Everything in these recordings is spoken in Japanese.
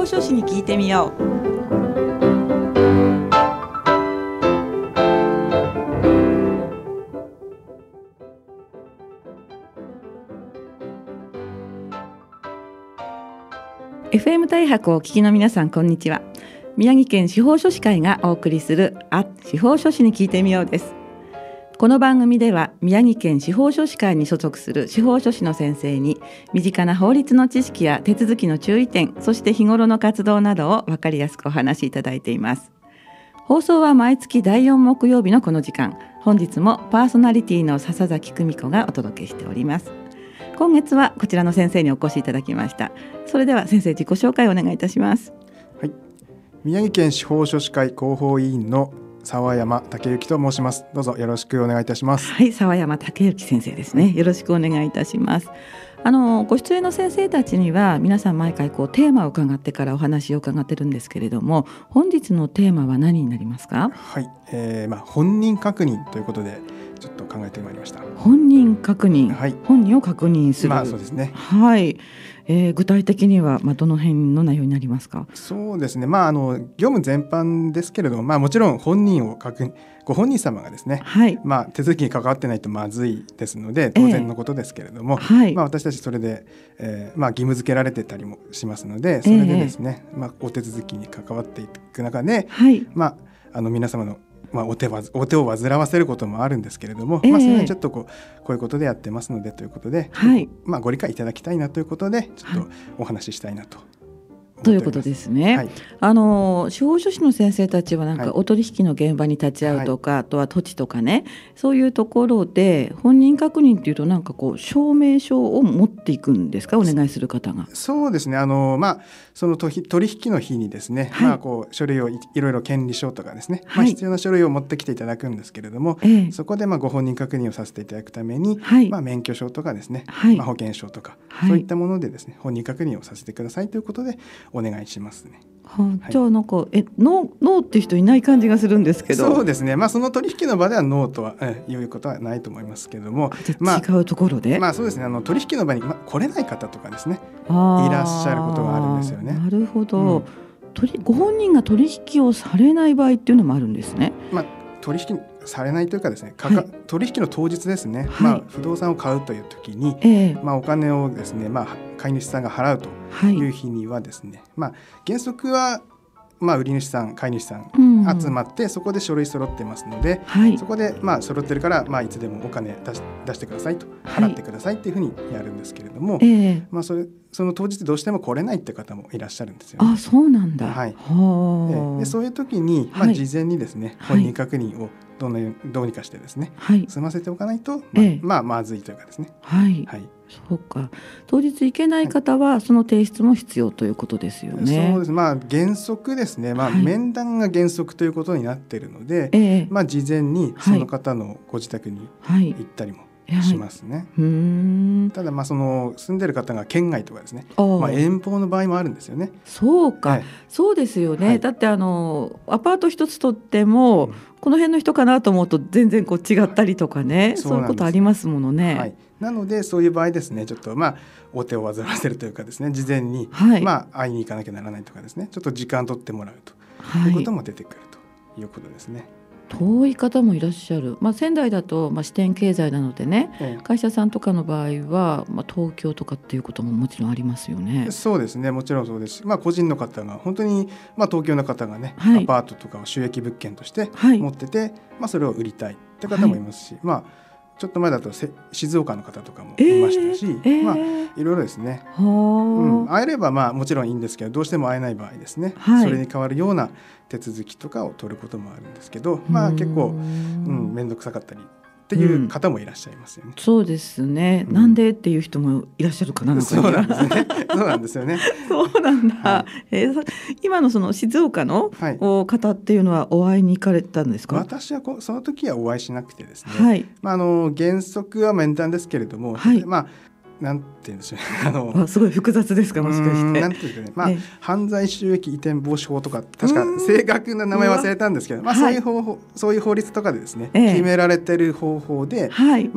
方書士に聞いてみよう。FM 大白をお聞きの皆さん、こんにちは。宮城県司法書士会がお送りする司法書士に聞いてみようです。この番組では宮城県司法書士会に所属する司法書士の先生に身近な法律の知識や手続きの注意点、そして日頃の活動などを分かりやすくお話しいただいています。放送は毎月第4木曜日のこの時間、本日もパーソナリティの笹崎久美子がお届けしております。今月はこちらの先生にお越しいただきました。それでは先生、自己紹介をお願いいたします。 はい、宮城県司法書士会広報委員の沢山武之と申します。どうぞよろしくお願いいたします。 はい、沢山武之先生ですね。よろしくお願いいたします。ご出演の先生たちには皆さん毎回テーマを伺ってからお話を伺ってるんですけれども、本日のテーマは何になりますか？ はい、本人確認ということでちょっと考えてまいりました。 本人確認、 はい、 本人を確認する、 そうですね。 はい、具体的にはどの辺の内容になりますか？ そうですね、業務全般ですけれども、もちろん本人を確認、ご本人様がですね、はい、手続きに関わってないとまずいですので当然のことですけれども、はい、私たちそれで、義務付けられてたりもしますので、それでですね、お手続きに関わっていく中で、はい、皆様のお手を煩わせることもあるんですけれども、それはちょっとこういうことでやってますのでということで、はい、ご理解いただきたいなということでちょっとお話ししたいなと。 ということですね。はい、司法書士の先生たちはお取引の現場に立ち会うとか、はい、あとは土地とかね、そういうところで本人確認っていうと証明書を持っていくんですか？お願いする方が。 そうですね。その取引の日にですね、はい、書類をいろいろ権利書とかですね、はい、必要な書類を持ってきていただくんですけれども、そこでご本人確認をさせていただくために、はい、免許証とかですね、はい、保険証とか、はい、そういったものでですね、本人確認をさせてくださいということでお願いしますね。 じゃあノーっていう人いない感じがするんですけど。 そうですね、その取引の場ではノーとはいうことはないと思いますけれども、 違うところで、 そうですね、取引の場に、来れない方とかですね、いらっしゃることがあるんですよね。 なるほど、ご本人が取引をされない場合っていうのもあるんですね。 取引されないというかですね、 はい、 取引の当日ですね、はい、不動産を買うという時に、お金をですね、買い主さんが払うという日にはですね、原則は売り主さん買い主さん集まって、そこで書類揃ってますので、はい、そこで揃ってるから、いつでもお金出してくださいと、払ってくださいっていうふうにやるんですけれども、その当日どうしても来れないって方もいらっしゃるんですよね。 そうなんだ。 はい、でそういう時に、事前にですね、本人確認をどうにかしてですね、済ませておかないと、まずいというかですね。 はい、そうか。当日行けない方はその提出も必要ということですよね。 そうです。原則ですね、面談が原則ということになっているので、事前にその方のご自宅に行ったりもしますね。ただその住んでる方が県外とかですね、遠方の場合もあるんですよね。 そうか、そうですよね。だってアパート一つとっても、この辺の人かなと思うと全然違ったりとかね、そういうことありますものね。 なのでそういう場合ですね、ちょっとお手を煩わせるというかですね、事前に、会いに行かなきゃならないとかですね、ちょっと時間取ってもらうということも出てくるということですね。 遠い方もいらっしゃる。仙台だと支店経済なのでね、会社さんとかの場合は、東京とかっていうことももちろんありますよね。 そうですね、もちろんそうですし、個人の方が本当に、東京の方がね、アパートとかを収益物件として持ってて、それを売りたいって方もいますし、ちょっと前だと静岡の方とかもいましたし、いろいろですね、会えればもちろんいいんですけど、どうしても会えない場合ですね、それに代わるような手続きとかを取ることもあるんですけど、結構面倒くさかったりっていう方もいらっしゃいますよね。 そうですね、なんでっていう人もいらっしゃるかな。 そうなんですね。そうなんですよね。 そうなんだ。今のその静岡の方っていうのはお会いに行かれたんですか？ 私はその時はお会いしなくてですね、原則は面談ですけれども、なんて言うんでしょう、 すごい複雑ですか、もしかして。 なんていうんですかね、犯罪収益移転防止法とか、確か正確な名前忘れたんですけど、そういう法律とかでですね、決められている方法で、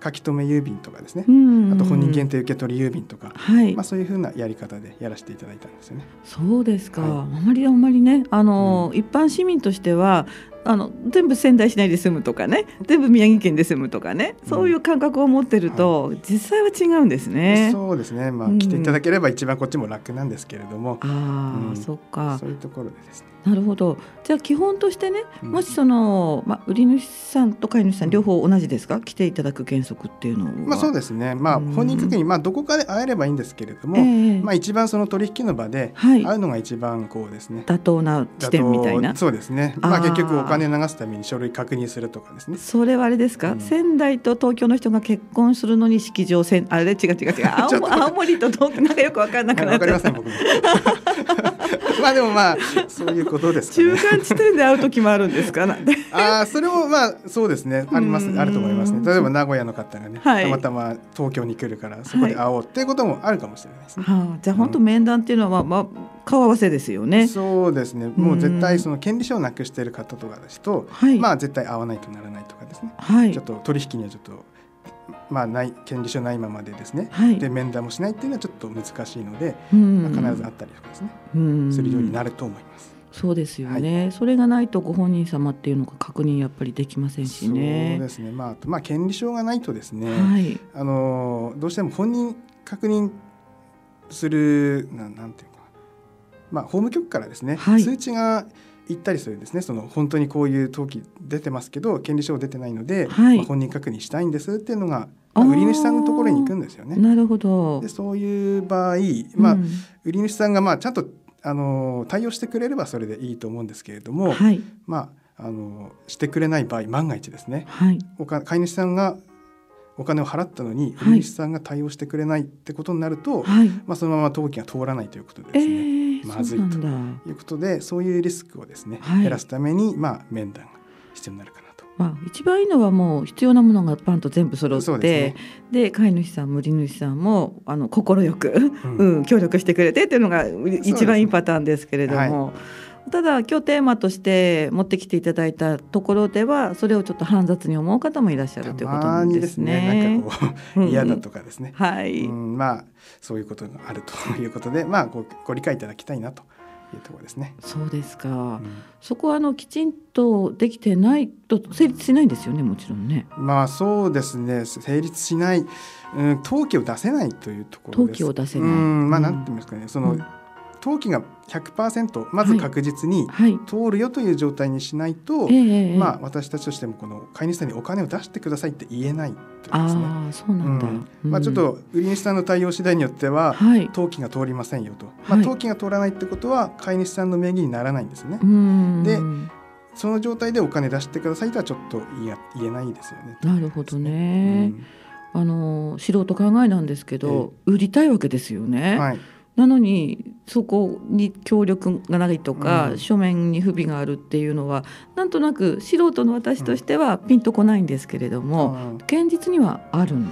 書き留め郵便とかですね、あと本人限定受取郵便とか、そういうふうなやり方でやらせていただいたんですよね。 そうですか、あまりね一般市民としては全部仙台市内で住むとかね、全部宮城県で住むとかね、そういう感覚を持ってると、実際は違うんですね。 そうですね、来ていただければ一番こっちも楽なんですけれども、 そっか、 そういうところでですね。 なるほど。じゃあ基本としてね、もし売り主さんと買い主さん両方同じですか、来ていただく原則っていうのは。 そうですね、本人確認、どこかで会えればいいんですけれども、一番その取引の場で会うのが一番こうですね、 妥当な地点みたいな。 そうですね、結局お金流すために書類確認するとかですね。 それはあれですか、仙台と東京の人が結婚するのに式場あれ違う青森と東京なんかよく分からなくなっちゃった。分かりません僕もでもそういうことですかね。 中間地点で会う時もあるんですかなんてそれもそうですね、あると思いますね。例えば名古屋の方がね、たまたま東京に来るからそこで会おうっていうこともあるかもしれないですね。 じゃあ本当面談っていうのは顔合わせですよね。 そうですね、もう絶対その権利書をなくしている方とかですと、絶対会わないとならないとかですね、ちょっと取引にはちょっと権利書ないままでですね、で面談もしないっていうのはちょっと難しいので、必ずあったりとかですね、するようになると思います。 そうですよね、それがないとご本人様っていうのが確認やっぱりできませんしね。 そうですね、権利書がないとですね、どうしても本人確認するなんていうか、法務局からですね、通知が行ったりするんですね。本当にこういう登記出てますけど権利書出てないので、本人確認したいんですっていうのが、売り主さんのところに行くんですよね。 なるほど。 でそういう場合、売り主さんがちゃんと対応してくれればそれでいいと思うんですけれども、してくれない場合、万が一ですね、買い主さんがお金を払ったのに売り主さんが対応してくれないってことになると、そのまま登記が通らないということでですね、まずいということで、そういうリスクをですね、減らすために面談が必要になるかなと。 一番いいのはもう必要なものがパンと全部揃って、で買い主さんも売り主さんも快く、協力してくれてっていうのが一番いいパターンですけれども、ただ今日テーマとして持ってきていただいたところでは、それをちょっと煩雑に思う方もいらっしゃるということなんですね。 なんかこう嫌だとかですね、そういうことがあるということで、ご理解いただきたいなというところですね。 そうですか、そこはきちんとできてないと成立しないんですよね、もちろんね。 そうですね、成立しない、登記を出せないというところです。 登記を出せない、 なんて言いますかね、登記が 100% まず確実に通るよという状態にしないと、私たちとしてもこの買い主さんにお金を出してくださいって言えないというですね。 そうなんだ。 ちょっと売り主さんの対応次第によっては、登記が通りませんよと、登記が通らないってことは買い主さんの名義にならないんですね。でその状態でお金出してくださいとはちょっと言えないですよね。 なるほどね、素人考えなんですけど、売りたいわけですよね。なのにそこに協力がないとか、書面に不備があるっていうのはなんとなく素人の私としてはピンとこないんですけれども、現実にはあるんです。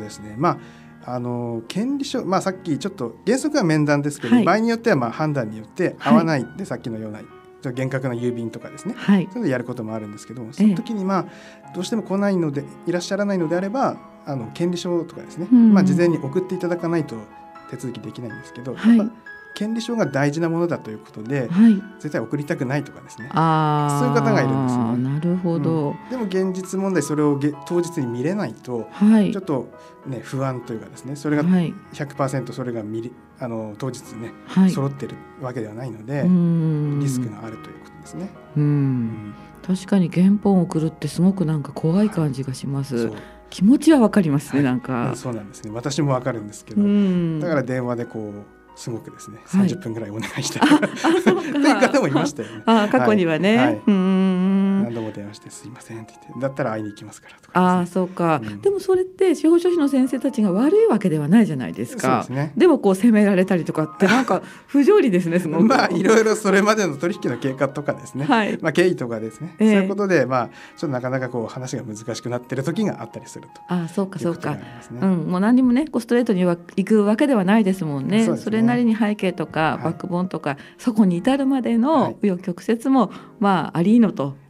ですね、権利書、さっきちょっと原則は面談ですけど、場合によっては判断によって合わないで、さっきのような厳格な郵便とかですね、それでやることもあるんですけども、その時にどうしても来ないのでいらっしゃらないのであれば、権利書とかですね、事前に送っていただかないと手続きできないんですけど、権利書が大事なものだということで、絶対送りたくないとかですね、そういう方がいるんですよね。 なるほど、 でも現実問題それを当日に見れないと、ちょっと、不安というかですね、それが 100% それが当日ね、揃ってるわけではないので、リスクがあるということですね。 確かに原本を送るってすごく怖い感じがします。気持ちはわかりますね、 そうなんですね。私もわかるんですけど、だから電話ですごくですね、30分ぐらいお願いしたという方もいましたよね。 過去にはね、 何度も電話してすいませんって言って、だったら会いに行きますからとか、 そうか、でもそれって司法書士の先生たちが悪いわけではないじゃないですか。でも責められたりとかって不条理ですね、すごく。 いろいろそれまでの取引の経過とかですね、経緯とかですね、そういうことでちょっとなかなか話が難しくなってる時があったりすると。 そうかそうか、もう何にもねストレートに行くわけではないですもんね。それなりに背景とかバックボーンとか、そこに至るまでの紆余曲折もありのというところ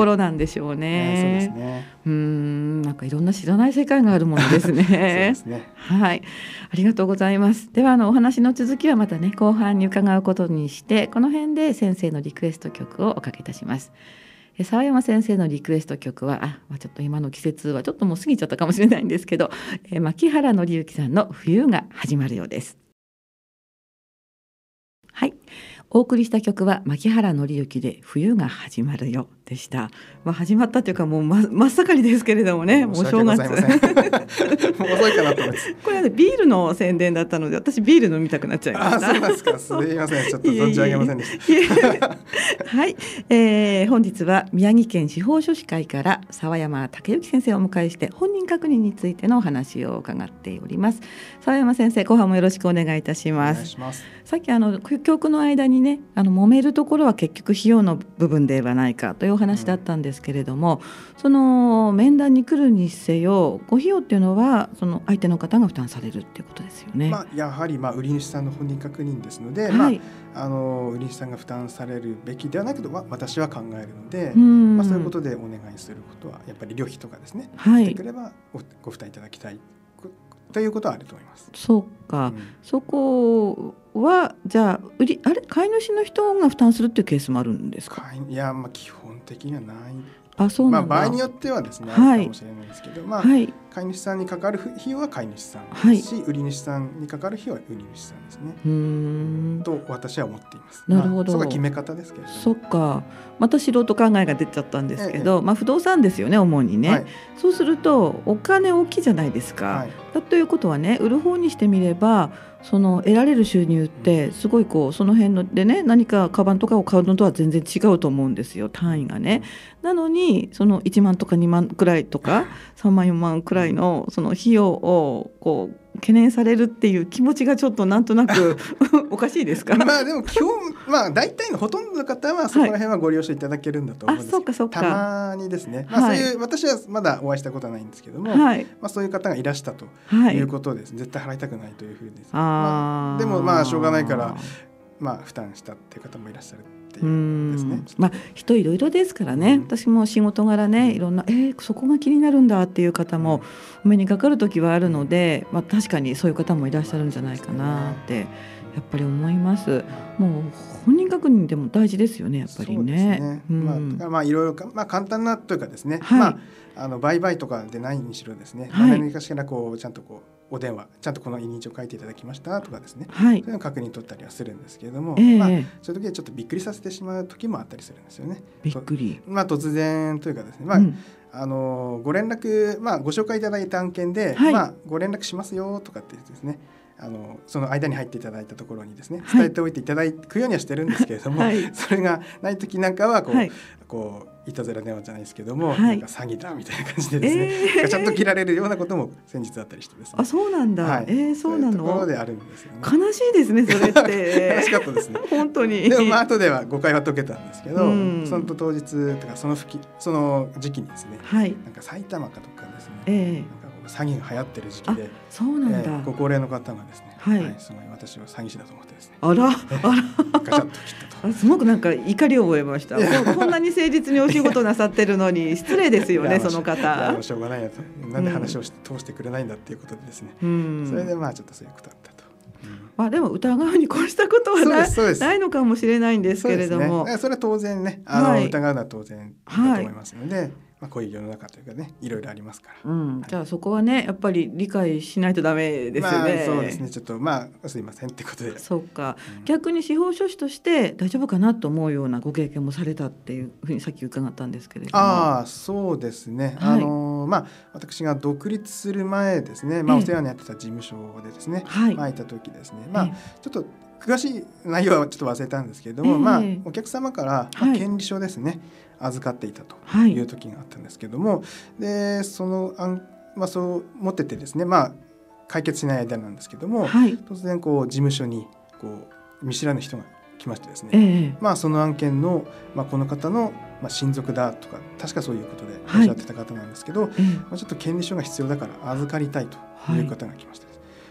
ろなんでしょうね。 そうですね。 なんかいろんな知らない世界があるものですね。そうですね。 はい、ありがとうございます。ではお話の続きはまたね後半に伺うことにして、この辺で先生のリクエスト曲をおかけいたします。澤山先生のリクエスト曲はちょっと今の季節はちょっともう過ぎちゃったかもしれないんですけど、牧原紀之さんの冬が始まるようです。はい、お送りした曲は牧原紀之で冬が始まるよでした。始まったというかもう真っ盛りですけれどもね、もう正月もう遅いかなと思いますこれはビールの宣伝だったので、私ビール飲みたくなっちゃいました。 そうなんですか。すいません、ちょっと存じ上げませんでしたはい、本日は宮城県司法書士会から澤山武之先生をお迎えして本人確認についてのお話を伺っております。澤山先生、後半もよろしくお願いいたします。 お願いします。 さっき曲の間にね揉めるところは結局費用の部分ではないかというお話だったんですけれども、その面談に来るにせよご費用っていうのはその相手の方が負担されるっていうことですよね。 やはり売り主さんの本人確認ですので、売り主さんが負担されるべきではないけど私は考えるので、そういうことでお願いすることはやっぱり旅費とかですね、できればご負担いただきたいということはあると思います。 そうか、そこはじゃあ買い主の人が負担するっていうケースもあるんですか？ いや、基本的にはない。 そうなんだ。 場合によってはですね、あるかもしれないですけど、飼い主さんにかかる費用は飼い主さんですし、売り主さんにかかる費用は売り主さんですね。と私は思っています。 なるほど。 そこは決め方ですけれども。 そっか。また素人考えが出ちゃったんですけど、不動産ですよね主にね。そうするとお金大きいじゃないですか。ということはね、売る方にしてみればその得られる収入ってすごいその辺のでね、何かカバンとかを買うのとは全然違うと思うんですよ、単位がね。なのにその1万とか2万くらいとか3万4万くらいのその費用を懸念されるっていう気持ちがちょっとなんとなくおかしいですか？ でも基本大体のほとんどの方はそこら辺はご了承いただけるんだと思うんですけど、たまにですね、そういう私はまだお会いしたことはないんですけども、そういう方がいらしたということです。絶対払いたくないというふうにですね。でもしょうがないから負担したっていう方もいらっしゃるっていうですね。 人いろいろですからね。私も仕事柄ね、いろんなそこが気になるんだっていう方もお目にかかる時はあるので、確かにそういう方もいらっしゃるんじゃないかなってやっぱり思います。もう本人確認でも大事ですよね、やっぱりね。 いろいろ簡単なというかですね、売買とかでないにしろですね、何かしらちゃんとお電話ちゃんとこの委任状書いていただきましたとかですね、そういうのを確認取ったりはするんですけれども、そういう時はちょっとびっくりさせてしまう時もあったりするんですよね。 びっくり、 突然というかですね、ご連絡、ご紹介いただいた案件で、ご連絡しますよとかってですね、その間に入っていただいたところにですね、伝えておいていただくようにはしてるんですけれども、それがない時なんかはいたずら電話じゃないですけども、なんか詐欺だみたいな感じでですね、ちゃんと切られるようなことも先日あったりしてですね。 そうなんだ。そうなの。 ところであるんですよね。 悲しいですね、それって。 悲しかったですね。 本当に。 でも後では誤解は解けたんですけど、その当日とかその時期にですね、なんか埼玉かとかですね、詐欺が流行ってる時期で、 そうなんだ。 ご高齢の方がですね、すごい私は詐欺師だと思ってですね、 ガチャッと切ったと。 すごくなんか怒りを覚えました。こんなに誠実にお仕事なさってるのに失礼ですよね、その方。 しょうがないやと、なんで話を通してくれないんだっていうことでですね、それでちょっとそういうことだったと。 でも疑うに越したことはないのかもしれないんですけれども、 それは当然ね、疑うのは当然だと思いますので、こういう世の中というかね、いろいろありますから、 じゃあそこはねやっぱり理解しないとダメですよね。 そうですね、ちょっとすいませんってことで。 そうか、逆に司法書士として大丈夫かなと思うようなご経験もされたっていうふうにさっき伺ったんですけれども。 そうですね、私が独立する前ですね、お世話になってた事務所でですね、いた時ですね、ちょっと詳しい内容はちょっと忘れたんですけれども、お客様から権利書ですね、預かっていたという時があったんですけども、でそう持っててですね、解決しない間なんですけども、突然事務所に見知らぬ人が来ましてですね、その案件の、この方の、親族だとか確かそういうことでおっしゃってた方なんですけど、ちょっと権利書が必要だから預かりたいという方が来ました。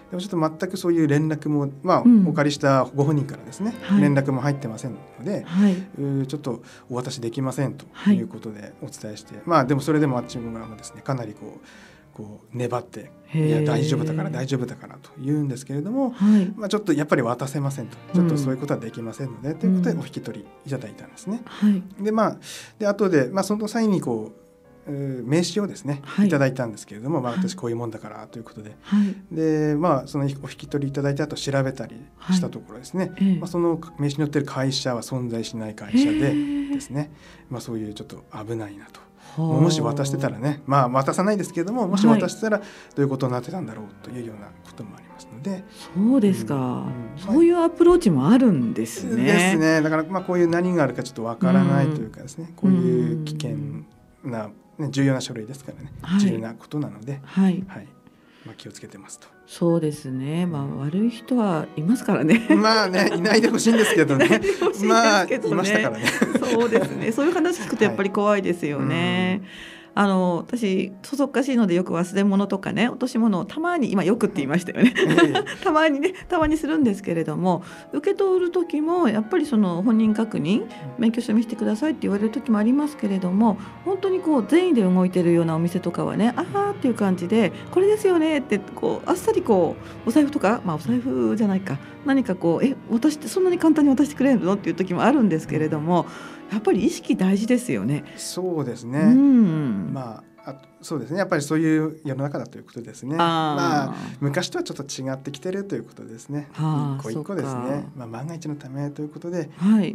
でもちょっと全くそういう連絡も、お借りしたご本人からですね、連絡も入ってませんので、ちょっとお渡しできませんということでお伝えして、でもそれでもあっちの側もですねかなりこう粘っていや大丈夫だから大丈夫だからと言うんですけれども、ちょっとやっぱり渡せませんと、ちょっとそういうことはできませんので、ということでお引き取りいただいたんですね。で後で、その際に名刺をですね、いただいたんですけれども、私こういうもんだからということで、でそのお引き取りいただいた後調べたりしたところですね、その名刺に載っている会社は存在しない会社でですね、そういうちょっと危ないなと。もし渡してたらね、渡さないですけれども、もし渡してたらどういうことになってたんだろうというようなこともありますので。 そうですか、そういうアプローチもあるんですね。 ですね。だからこういう何があるかちょっとわからないというかですね、こういう危険な、重要な書類ですからね、重要なことなので、気をつけてますと。 そうですね、悪い人はいますからねいないでほしいんですけどねいましたからねそうですね、そういう話聞くとやっぱり怖いですよね。私そそっかしいのでよく忘れ物とかね、落とし物をたまに、今よくって言いましたよねたまにするんですけれども、受け取る時もやっぱりその本人確認、免許証見せてくださいって言われる時もありますけれども、本当に善意で動いてるようなお店とかはね、あーっていう感じで、これですよねってあっさりお財布とか、お財布じゃないか、何か渡してそんなに簡単に渡してくれるのっていう時もあるんですけれども、やっぱり意識大事ですよね。 そうですね、そうですね、やっぱりそういう世の中だということですね。昔とはちょっと違ってきてるということですね。一個一個ですね、万が一のためということで、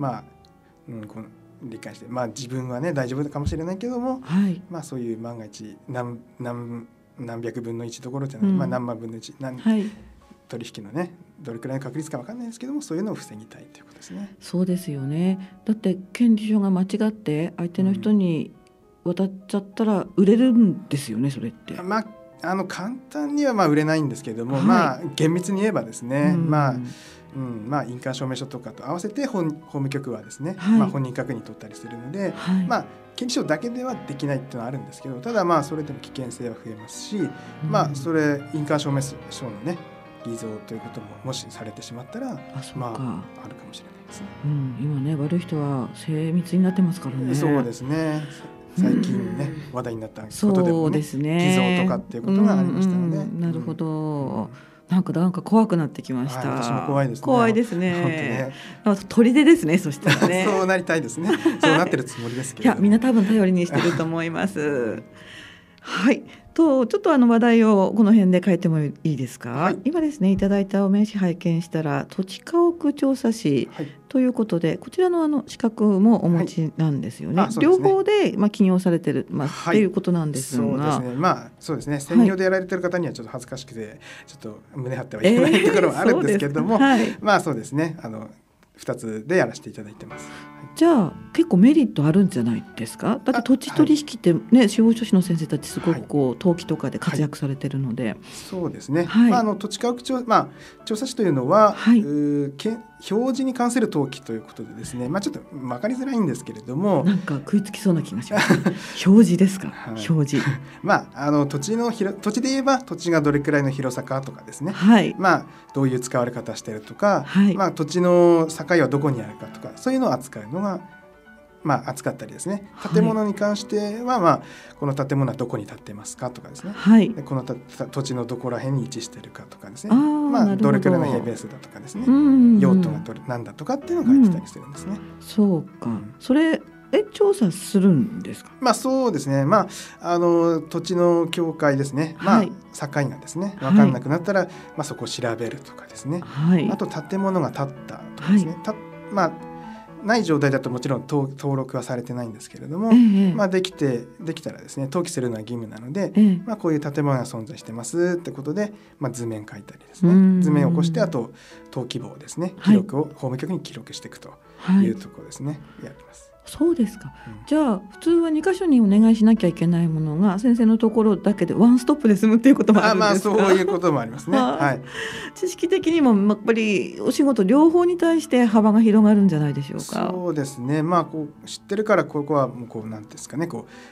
理解して、自分はね大丈夫かもしれないけども、そういう万が一何百分の1どころじゃない、何万分の1、取引のねどれくらいの確率か分かんないですけども、そういうのを防ぎたいということですね。 そうですよね。だって権利書が間違って相手の人に渡っちゃったら売れるんですよね、それって。 簡単には売れないんですけれども、厳密に言えばですね、印鑑証明書とかと合わせて法務局はですね、本人確認取ったりするので、権利書だけではできないっていうのはあるんですけど、ただそれでも危険性は増えますし、それ印鑑証明書のね偽造ということももしされてしまったらあるかもしれないですね。 今ね悪い人は精密になってますからね。 そうですね。最近ね、話題になったことでもね、偽造とかっていうことがありましたので、 なるほど。なんか怖くなってきました。 私も怖いですね。 怖いですね。砦ですね。そしたらね。 そうなりたいですね。そうなってるつもりですけど。 いや、みんな多分頼りにしてると思います。はい。ちょっと話題をこの辺で変えてもいいですか。今ですねいただいたお名刺拝見したら、土地家屋調査士ということで、こちらの資格もお持ちなんですよね。両方で起業されてるっていうことなんですが、 そうですね。専業でやられてる方にはちょっと恥ずかしくてちょっと胸張ってはいけないところはあるんですけれども、そうですね。2つでやらせていただいてます。 じゃあ結構メリットあるんじゃないですか。だって土地取引ってね、司法書士の先生たちすごく登記とかで活躍されてるので、 そうですね。土地家屋調査士というのは、表示に関する登記ということでですね、ちょっと分かりづらいんですけれども、 なんか食いつきそうな気がします表示ですか。表示土地で言えば土地がどれくらいの広さかとかですね、どういう使われ方してるとか、土地の境はどこにあるかとか、そういうのを扱うのが扱ったりですね。建物に関しては、この建物はどこに建ってますかとかですね、でこの土地のどこら辺に位置してるかとかですね、どれくらいの平米数だとかですね、用途が何だとかっていうのが書いてたりするんですね。 そうか、それ調査するんですか。 そうですね。土地の境界ですね、境がですね分かんなくなったら、そこを調べるとかですね、あと建物が建ったとかですね、ない状態だともちろん登録はされてないんですけれども、できたらですね登記するのは義務なので、こういう建物が存在してますってことで、図面書いたりですね、図面を起こして、あと登記簿をですね記録を法務局に記録していくというところですね、やります。 そうですか。じゃあ普通は2箇所にお願いしなきゃいけないものが先生のところだけでワンストップで済むっていうこともあるんですか。 そういうこともありますね。 知識的にもやっぱりお仕事両方に対して幅が広がるんじゃないでしょうか。 そうですね。知ってるからここはなんですかね、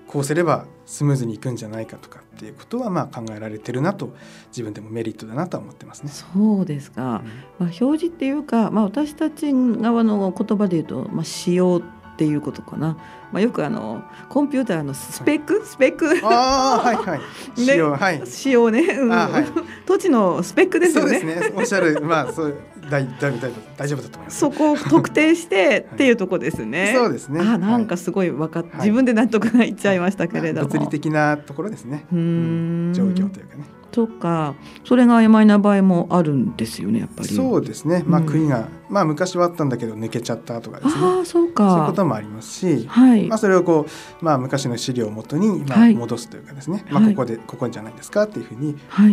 こうすればスムーズにいくんじゃないかとかっていうことは考えられてるなと、自分でもメリットだなとは思ってますね。 そうですか、表示っていうか、私たち側の言葉で言うと、仕様っていうことかな。よくコンピューターのスペック、 仕様、 仕様ね、土地のスペックですよね。 そうですね、おっしゃるそう大丈夫だと思います。 そこを特定してっていうところですね。 そうですね。 なんかすごい分かって、自分で納得がいっちゃいましたけれども、 物理的なところですね。状況というかね。 とか、それが曖昧な場合もあるんですよね、やっぱり。 そうですね、杭が、昔はあったんだけど抜けちゃったとかですね、そういうこともありますし、それを昔の資料をもとに戻すというかですね、ここじゃないですかっていうふうに、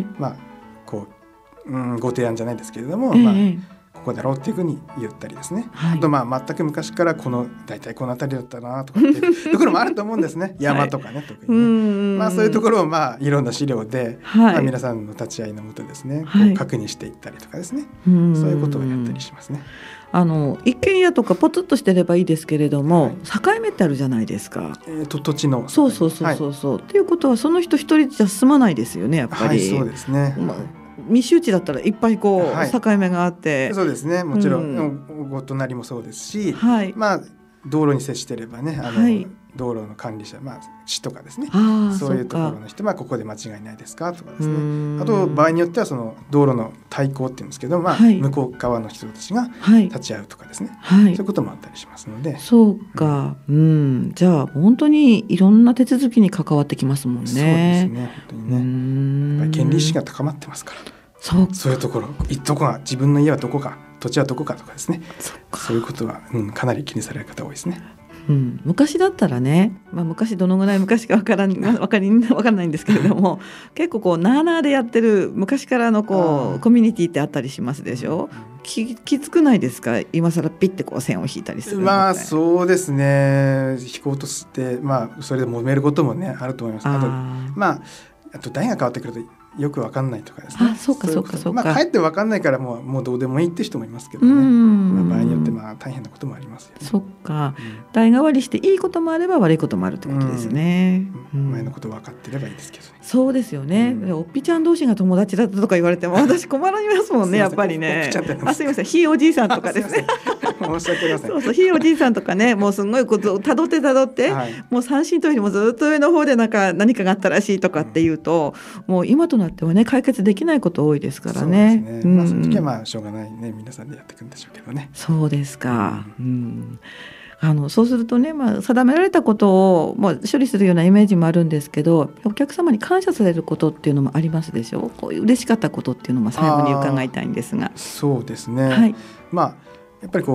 ご提案じゃないですけれども、ここだろうっていうふうに言ったりですね、あと全く昔から大体この辺りだったなとかっていうところもあると思うんですね。山とかね、特にね、そういうところをいろんな資料で、皆さんの立ち会いのもとですね、確認していったりとかですね、そういうことをやったりしますね。 一軒家とかポツッとしてればいいですけれども、境目ってあるじゃないですか。 土地のそうっていうことは、その人一人じゃ済まないですよね、やっぱり。 そうですね。 密集地だったらいっぱい境目があって、 そうですね、もちろん、ご隣もそうですし、道路に接してればね、道路の管理者、市とかですね、そういうところの人、ここで間違いないですかとかですね、あと場合によってはその道路の対向っていうんですけど、向こう側の人たちが立ち会うとかですね、そういうこともあったりしますので。 そうか、じゃあ本当にいろんな手続きに関わってきますもんね。 そうですね、本当にね、やっぱり権利意識が高まってますから、そういうところ、どこが、自分の家はどこか、土地はどこかとかですね、そういうことは、かなり気にされる方多いですね。 昔だったらね、昔どのぐらい昔か分からないんですけれども、結構なあなあでやってる昔からのコミュニティってあったりしますでしょ。きつくないですか、今更ピッて線を引いたりするのって。 そうですね、引こうとして、それで揉めることもね、あると思います。あと代が変わってくるとよく分かんないとかですね。 そうか。 かえって分かんないからもうどうでもいいって人もいますけどね。場合によって大変なこともありますよね。 そっか、代替わりしていいこともあれば悪いこともあるってことですね。 前のこと分かってればいいですけどね。 そうですよね。おっぴちゃん同士が友達だったとか言われても私困りますもんね、やっぱりね。すいません、ひいおじいさんとかですね。 申し訳ございません。 ひいおじいさんとかね、もうすごいことをたどって、もう三親等よりもずっと上の方で何かがあったらしいとかっていうと、もう今となってはね、解決できないこと多いですからね。 そうですね。その時はしょうがないね、皆さんでやっていくんでしょうけどね。 そうですか。そうするとね、定められたことを処理するようなイメージもあるんですけど、お客様に感謝されることっていうのもありますでしょう。こういう嬉しかったことっていうのも最後に伺いたいんですが。 そうですね、やっぱり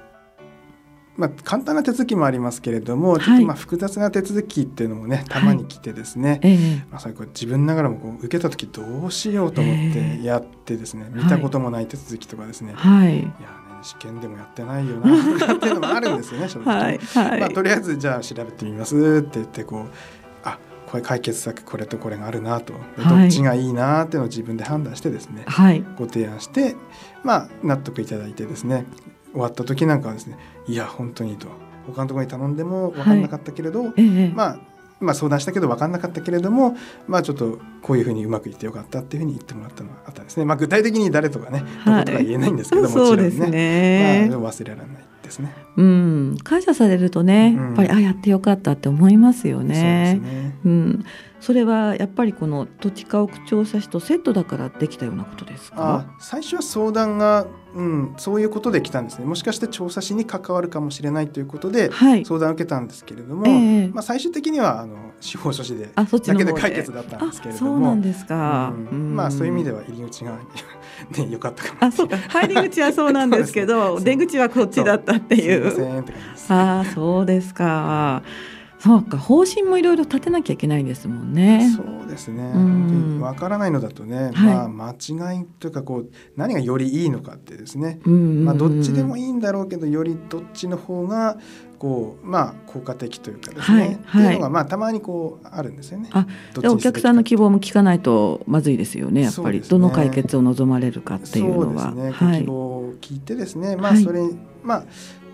簡単な手続きもありますけれども、ちょっと複雑な手続きっていうのもね、たまに来てですね、自分ながらも受けた時どうしようと思ってやってですね、見たこともない手続きとかですね、試験でもやってないよなとかっていうのもあるんですよね、正直。とりあえずじゃあ調べてみますって言ってこれ解決策これとこれがあるなと、どっちがいいなっていうのを自分で判断してですね、ご提案して納得いただいてですね、終わった時なんかはですね、いや本当にと、他のところに頼んでも分かんなかったけれど、相談したけど分かんなかったけれども、ちょっとこういうふうにうまくいってよかったっていうふうに言ってもらったのがあったんですね。具体的に誰とかね、のことは言えないんですけど、もちろんね、忘れられないですね。 感謝されるとね、やっぱりやってよかったって思いますよね。そうですね。それはやっぱりこの土地家屋調査士とセットだからできたようなことですか？ 最初は相談が、そういうことで来たんですね。もしかして調査士に関わるかもしれないということで相談を受けたんですけれども、最終的には司法書士でだけで解決だったんですけれども、 そうなんですか。 そういう意味では入り口が良かったかもしれない。 入り口はそうなんですけど出口はこっちだったっていう。 すいませんって感じです。 そうですか。そうか、方針もいろいろ立てなきゃいけないですもんね。 そうですね。本当に分からないのだとね、間違いというか何がよりいいのかってですね、どっちでもいいんだろうけど、よりどっちの方が効果的というかですね、っていうのがたまにあるんですよね。 お客さんの希望も聞かないとまずいですよね、やっぱり。どの解決を望まれるかっていうのは。 そうですね。希望を聞いてですね、それ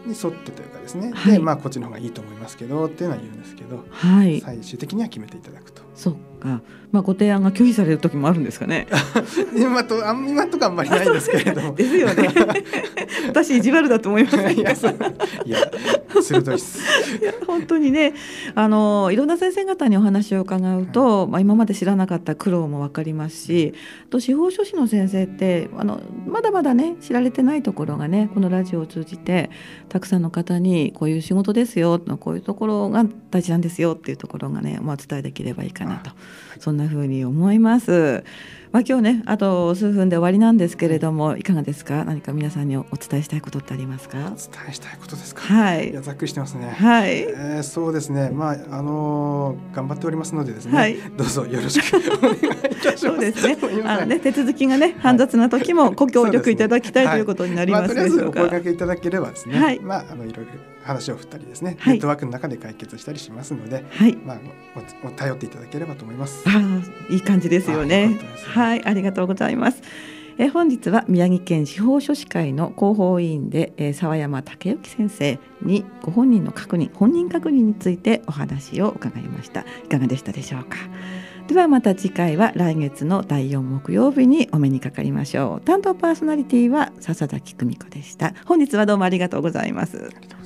に沿ってというかですね、でこっちの方がいいと思いますけどっていうのは言うんですけど、最終的には決めていただくと。 そっか、ご提案が拒否される時もあるんですかね。 今とかあんまりないですけれども。 ですよね。私意地悪だと思います。 いや鋭いです。 いや本当にね、いろんな先生方にお話を伺うと、今まで知らなかった苦労も分かりますし、あと司法書士の先生ってまだまだね知られてないところがね、このラジオを通じてたくさんの方にこういう仕事ですよ、こういうところが大事なんですよっていうところがね、お伝えできればいいかなと、そんな風に思います。今日ねあと数分で終わりなんですけれども、いかがですか。何か皆さんにお伝えしたいことってありますか。 お伝えしたいことですか。いやざっくりしてますね。そうですね、頑張っておりますのでですね、どうぞよろしくお願いいたします。 そうですね、手続きがね煩雑な時もご協力いただきたいということになりますでしょうか。 とりあえずお声掛けいただければですね、いろいろ話を振ったりですね、ネットワークの中で解決したりしますので、頼っていただければと思います。 いい感じですよね。ありがとうございます。本日は宮城県司法書士会の広報委員で澤山武之先生にご本人の本人確認についてお話を伺いました。いかがでしたでしょうか。ではまた次回は来月の第4木曜日にお目にかかりましょう。担当パーソナリティは笹崎久美子でした。本日はどうもありがとうございます。